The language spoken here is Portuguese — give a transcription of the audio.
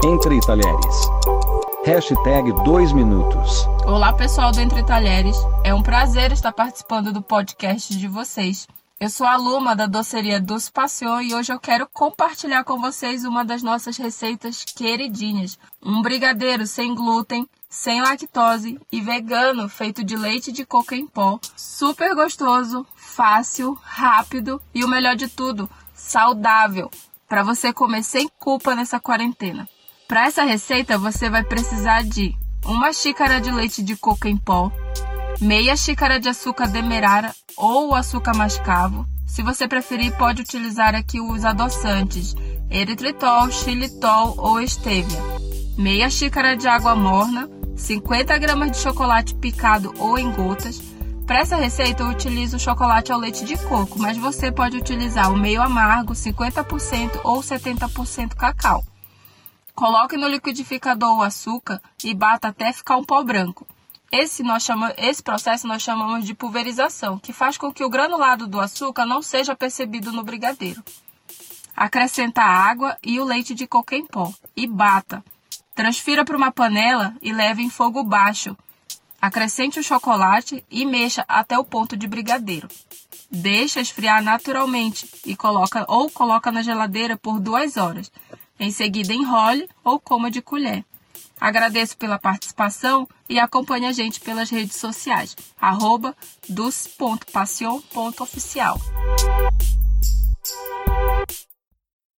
Entre Talheres. Hashtag 2 minutos. Olá, pessoal do Entre Talheres. É um prazer estar participando do podcast de vocês. Eu sou a Luma da doceria Dulce Passion e hoje eu quero compartilhar com vocês uma das nossas receitas queridinhas. Um brigadeiro sem glúten, sem lactose e vegano, feito de leite de coco em pó. Super gostoso, fácil, rápido e o melhor de tudo, saudável, para você comer sem culpa nessa quarentena. Para essa receita você vai precisar de 1 xícara de leite de coco em pó, meia xícara de açúcar demerara ou açúcar mascavo. Se você preferir, pode utilizar aqui os adoçantes eritritol, xilitol ou estévia. Meia xícara de água morna, 50 gramas de chocolate picado ou em gotas. Para essa receita eu utilizo o chocolate ao leite de coco, mas você pode utilizar o meio amargo, 50% ou 70% cacau. Coloque no liquidificador o açúcar e bata até ficar um pó branco. Esse processo nós chamamos de pulverização, que faz com que o granulado do açúcar não seja percebido no brigadeiro. Acrescenta a água e o leite de coco em pó e bata. Transfira para uma panela e leve em fogo baixo. Acrescente o chocolate e mexa até o ponto de brigadeiro. Deixa esfriar naturalmente e coloca na geladeira por 2 horas. Em seguida, enrole ou coma de colher. Agradeço pela participação e acompanhe a gente pelas redes sociais. @dulce.passion.oficial.